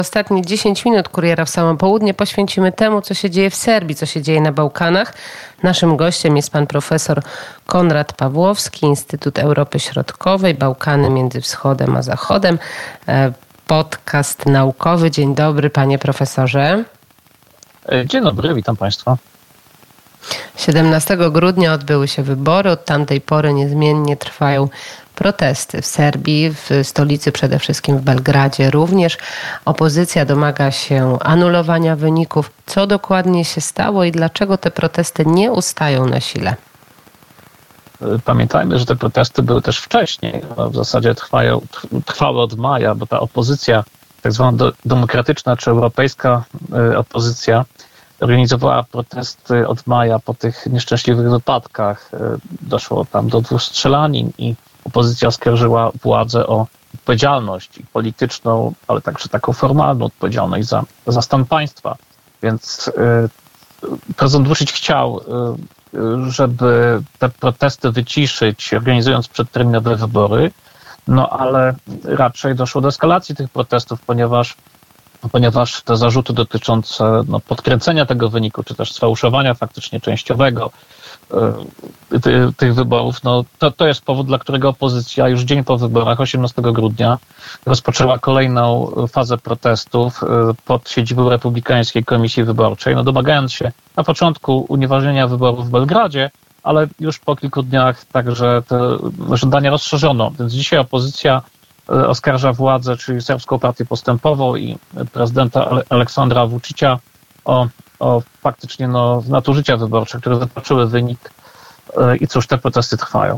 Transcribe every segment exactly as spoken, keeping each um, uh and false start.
Ostatnie dziesięć minut Kuriera w samo południe poświęcimy temu, co się dzieje w Serbii, co się dzieje na Bałkanach. Naszym gościem jest pan profesor Konrad Pawłowski, Instytut Europy Środkowej, Bałkany między Wschodem a Zachodem. Podcast naukowy. Dzień dobry, panie profesorze. Dzień dobry, witam państwa. siedemnastego grudnia odbyły się wybory. Od tamtej pory niezmiennie trwają protesty w Serbii, w stolicy przede wszystkim w Belgradzie również. Opozycja domaga się anulowania wyników. Co dokładnie się stało i dlaczego te protesty nie ustają na sile? Pamiętajmy, że te protesty były też wcześniej. W zasadzie trwają, trwały od maja, bo ta opozycja, tak zwana do, demokratyczna czy europejska opozycja, organizowała protesty od maja po tych nieszczęśliwych wypadkach. Doszło tam do dwóch strzelanin i opozycja oskarżyła władzę o odpowiedzialność polityczną, ale także taką formalną odpowiedzialność za, za stan państwa. Więc y, prezydent Vučić chciał, y, żeby te protesty wyciszyć, organizując przedterminowe wybory, no ale raczej doszło do eskalacji tych protestów, ponieważ ponieważ te zarzuty dotyczące no, podkręcenia tego wyniku, czy też sfałszowania faktycznie częściowego y, ty, tych wyborów, no, to, to jest powód, dla którego opozycja już dzień po wyborach, osiemnastego grudnia, rozpoczęła kolejną fazę protestów y, pod siedzibą Republikańskiej Komisji Wyborczej, no, domagając się na początku unieważnienia wyborów w Belgradzie, ale już po kilku dniach także te żądania rozszerzono. Więc dzisiaj opozycja oskarża władzę, czyli Serbską Partię Postępową i prezydenta Aleksandra Vučića o, o faktycznie no, nadużycia wyborcze, które wypaczyły wynik. I cóż, te protesty trwają.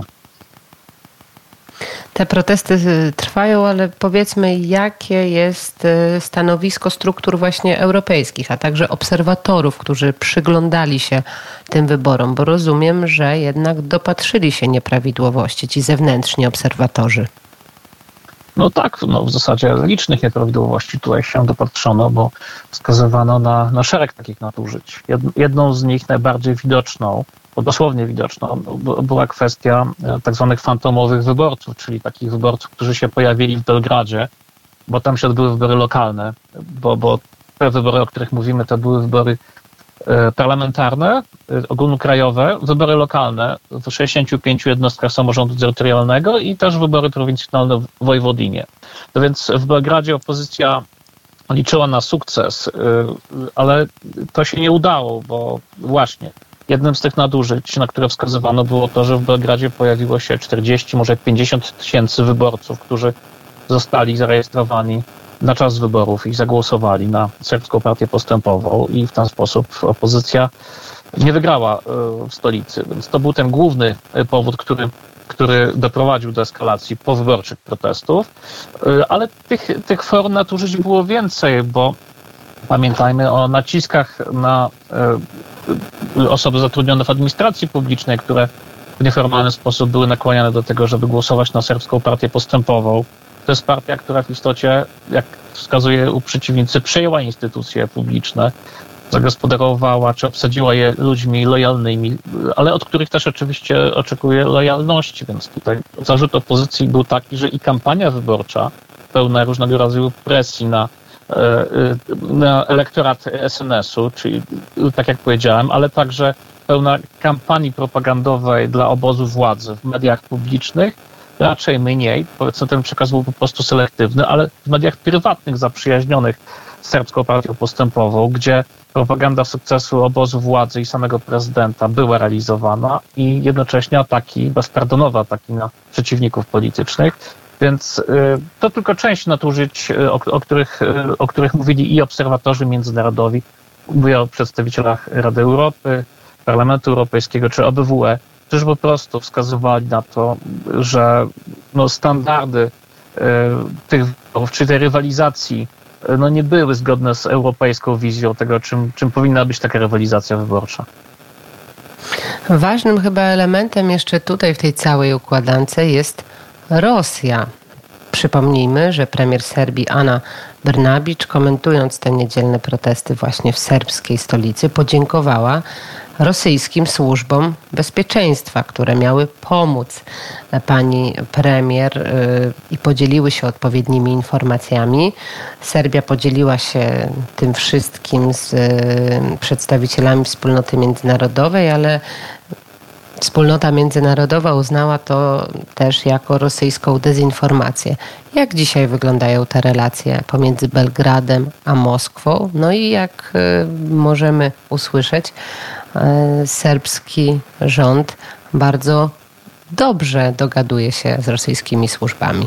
Te protesty trwają, ale powiedzmy, jakie jest stanowisko struktur właśnie europejskich, a także obserwatorów, którzy przyglądali się tym wyborom, bo rozumiem, że jednak dopatrzyli się nieprawidłowości ci zewnętrzni obserwatorzy. No tak, no w zasadzie licznych nieprawidłowości tutaj się dopatrzono, bo wskazywano na, na szereg takich nadużyć. Jedną z nich, najbardziej widoczną, bo dosłownie widoczną, była kwestia tak zwanych fantomowych wyborców, czyli takich wyborców, którzy się pojawili w Belgradzie, bo tam się odbyły wybory lokalne, bo, bo te wybory, o których mówimy, to były wybory parlamentarne, ogólnokrajowe, wybory lokalne w sześćdziesięciu pięciu jednostkach samorządu terytorialnego i też wybory prowincjonalne w Wojwodinie. No więc w Belgradzie opozycja liczyła na sukces, ale to się nie udało, bo właśnie jednym z tych nadużyć, na które wskazywano, było to, że w Belgradzie pojawiło się czterdzieści, może pięćdziesiąt tysięcy wyborców, którzy zostali zarejestrowani na czas wyborów i zagłosowali na Serbską Partię Postępową i w ten sposób opozycja nie wygrała w stolicy. Więc to był ten główny powód, który, który doprowadził do eskalacji powyborczych protestów. Ale tych, tych form nadużyć było więcej, bo pamiętajmy o naciskach na osoby zatrudnione w administracji publicznej, które w nieformalny sposób były nakłaniane do tego, żeby głosować na Serbską Partię Postępową. To jest partia, która w istocie, jak wskazuje przeciwnicy, przejęła instytucje publiczne, zagospodarowała czy obsadziła je ludźmi lojalnymi, ale od których też oczywiście oczekuje lojalności. Więc tutaj zarzut opozycji był taki, że i kampania wyborcza pełna różnego rodzaju presji na, na elektorat es en esu, czyli tak jak powiedziałem, ale także pełna kampanii propagandowej dla obozu władzy w mediach publicznych, raczej mniej, powiedzmy ten przekaz był po prostu selektywny, ale w mediach prywatnych zaprzyjaźnionych z Serbską Partią Postępową, gdzie propaganda sukcesu obozu władzy i samego prezydenta była realizowana i jednocześnie ataki, bezpardonowe ataki na przeciwników politycznych. Więc y, to tylko część nadużyć, o, o, których, y, o których mówili i obserwatorzy międzynarodowi, mówię o przedstawicielach Rady Europy, Parlamentu Europejskiego czy O B W E, którzy po prostu wskazywali na to, że no, standardy y, tych wyborów, czy tej rywalizacji y, no, nie były zgodne z europejską wizją tego, czym, czym powinna być taka rywalizacja wyborcza. Ważnym chyba elementem jeszcze tutaj w tej całej układance jest Rosja. Przypomnijmy, że premier Serbii Ana Brnabić, komentując te niedzielne protesty właśnie w serbskiej stolicy, podziękowała rosyjskim służbom bezpieczeństwa, które miały pomóc pani premier i podzieliły się odpowiednimi informacjami. Serbia podzieliła się tym wszystkim z przedstawicielami wspólnoty międzynarodowej, ale wspólnota międzynarodowa uznała to też jako rosyjską dezinformację. Jak dzisiaj wyglądają te relacje pomiędzy Belgradem a Moskwą? No i jak możemy usłyszeć, serbski rząd bardzo dobrze dogaduje się z rosyjskimi służbami.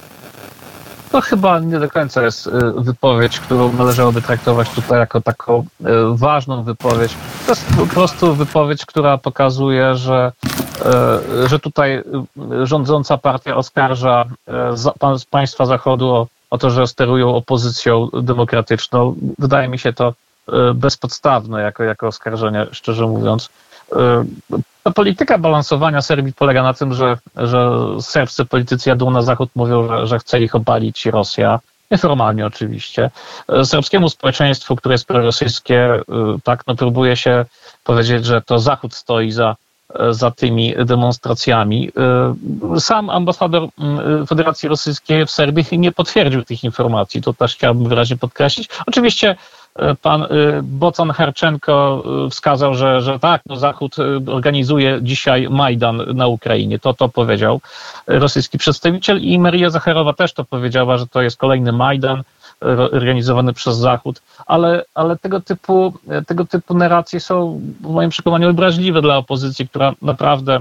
To chyba nie do końca jest wypowiedź, którą należałoby traktować tutaj jako taką ważną wypowiedź. To jest po prostu wypowiedź, która pokazuje, że, że tutaj rządząca partia oskarża państwa Zachodu o, o to, że sterują opozycją demokratyczną. Wydaje mi się to bezpodstawne jako, jako oskarżenie, szczerze mówiąc. Ta polityka balansowania Serbii polega na tym, że, że serbscy politycy jadą na zachód, mówią, że, że chce ich obalić Rosja. Nieformalnie oczywiście. Serbskiemu społeczeństwu, które jest prorosyjskie, tak, no próbuje się powiedzieć, że to Zachód stoi za, za tymi demonstracjami. Sam ambasador Federacji Rosyjskiej w Serbii nie potwierdził tych informacji. To też chciałbym wyraźnie podkreślić. Oczywiście pan Bocan Harczenko wskazał, że, że tak, no Zachód organizuje dzisiaj Majdan na Ukrainie. To to powiedział rosyjski przedstawiciel i Maria Zacharowa też to powiedziała, że to jest kolejny Majdan organizowany przez Zachód, ale, ale tego typu, tego typu narracje są w moim przekonaniu obraźliwe dla opozycji, która naprawdę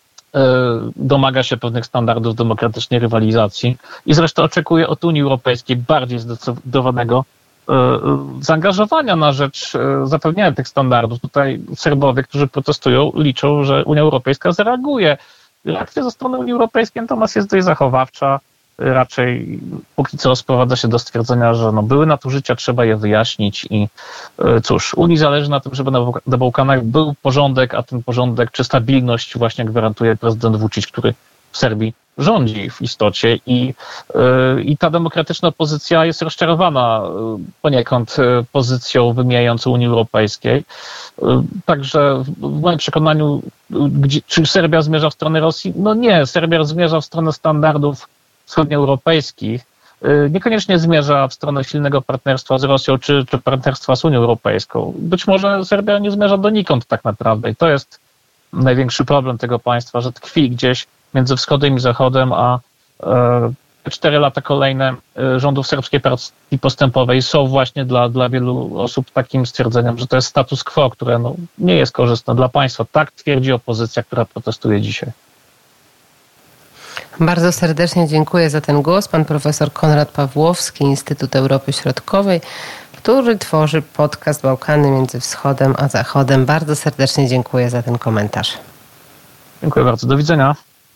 domaga się pewnych standardów demokratycznej rywalizacji i zresztą oczekuje od Unii Europejskiej bardziej zdecydowanego zaangażowania na rzecz zapewniania tych standardów. Tutaj Serbowie, którzy protestują, liczą, że Unia Europejska zareaguje. Reakcja ze strony Unii Europejskiej natomiast jest dość zachowawcza. Raczej póki co sprowadza się do stwierdzenia, że no, były nadużycia, trzeba je wyjaśnić i cóż, Unii zależy na tym, żeby na, na Bałkanach był porządek, a ten porządek czy stabilność właśnie gwarantuje prezydent Vučić, który w Serbii rządzi w istocie i, i ta demokratyczna opozycja jest rozczarowana poniekąd pozycją wymijającą Unii Europejskiej. Także w moim przekonaniu, gdzie, czy Serbia zmierza w stronę Rosji? No nie, Serbia zmierza w stronę standardów wschodnioeuropejskich, niekoniecznie zmierza w stronę silnego partnerstwa z Rosją czy, czy partnerstwa z Unią Europejską. Być może Serbia nie zmierza donikąd tak naprawdę i to jest największy problem tego państwa, że tkwi gdzieś między wschodem i zachodem, a e, cztery lata kolejne rządów Serbskiej Partii Postępowej są właśnie dla, dla wielu osób takim stwierdzeniem, że to jest status quo, które no, nie jest korzystne dla państwa. Tak twierdzi opozycja, która protestuje dzisiaj. Bardzo serdecznie dziękuję za ten głos. Pan profesor Konrad Pawłowski, Instytut Europy Środkowej, który tworzy podcast Bałkany między Wschodem a Zachodem. Bardzo serdecznie dziękuję za ten komentarz. Dziękuję bardzo. Do widzenia.